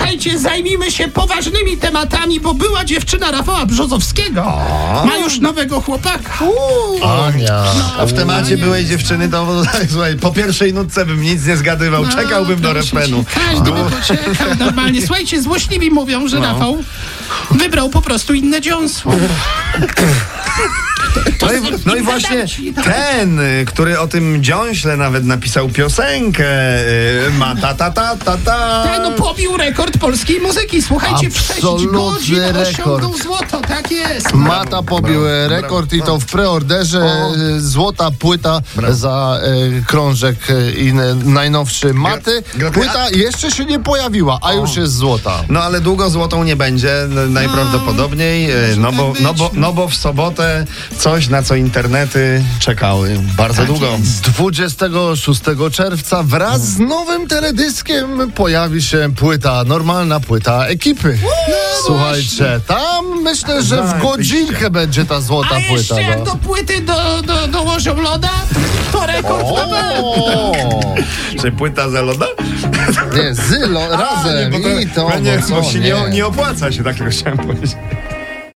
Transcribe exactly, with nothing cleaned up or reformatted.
słuchajcie, zajmijmy się poważnymi tematami, bo była dziewczyna Rafała Brzozowskiego. Ma już nowego chłopaka. Ania. A w temacie byłej dziewczyny, to słuchaj, po pierwszej nutce bym nic nie zgadywał, No, czekałbym do proszę refrenu. cię, Każdy by poczekał normalnie. Słuchajcie, złośliwi mówią, że Rafał wybrał po prostu inne dziąsło. No i, no i właśnie ten, y, który o tym dziąśle nawet napisał piosenkę, y, ma ta ta ta ta ta. No pobił rekord polskiej muzyki. Słuchajcie, w sześć Absolutny godzin osiągnął rekord. złoto, tak jest. Mata pobił brawo, rekord brawo. i to w preorderze. O. e, Złota płyta Brawo. za e, krążek e, i e, najnowszy Maty. Gra- Płyta jeszcze się nie pojawiła, a już jest złota. No ale długo złotą nie będzie, n- najprawdopodobniej, y, no bo, no, bo, no bo w sobotę coś, na co internety czekały bardzo długo. dwudziestego szóstego czerwca wraz z nowym teledyskiem pojawi się płyta, normalna płyta ekipy. Słuchajcie, tam myślę, że w Zajebiście. godzinkę będzie ta złota A płyta. jeszcze jak no. do płyty do, do, dołożą loda, to rekord na pewno. O! Czy płyta za loda? Nie, zylo, razem bo to, i to, nie, bo co, bo się nie, nie. nie opłaca się, takiego chciałem powiedzieć.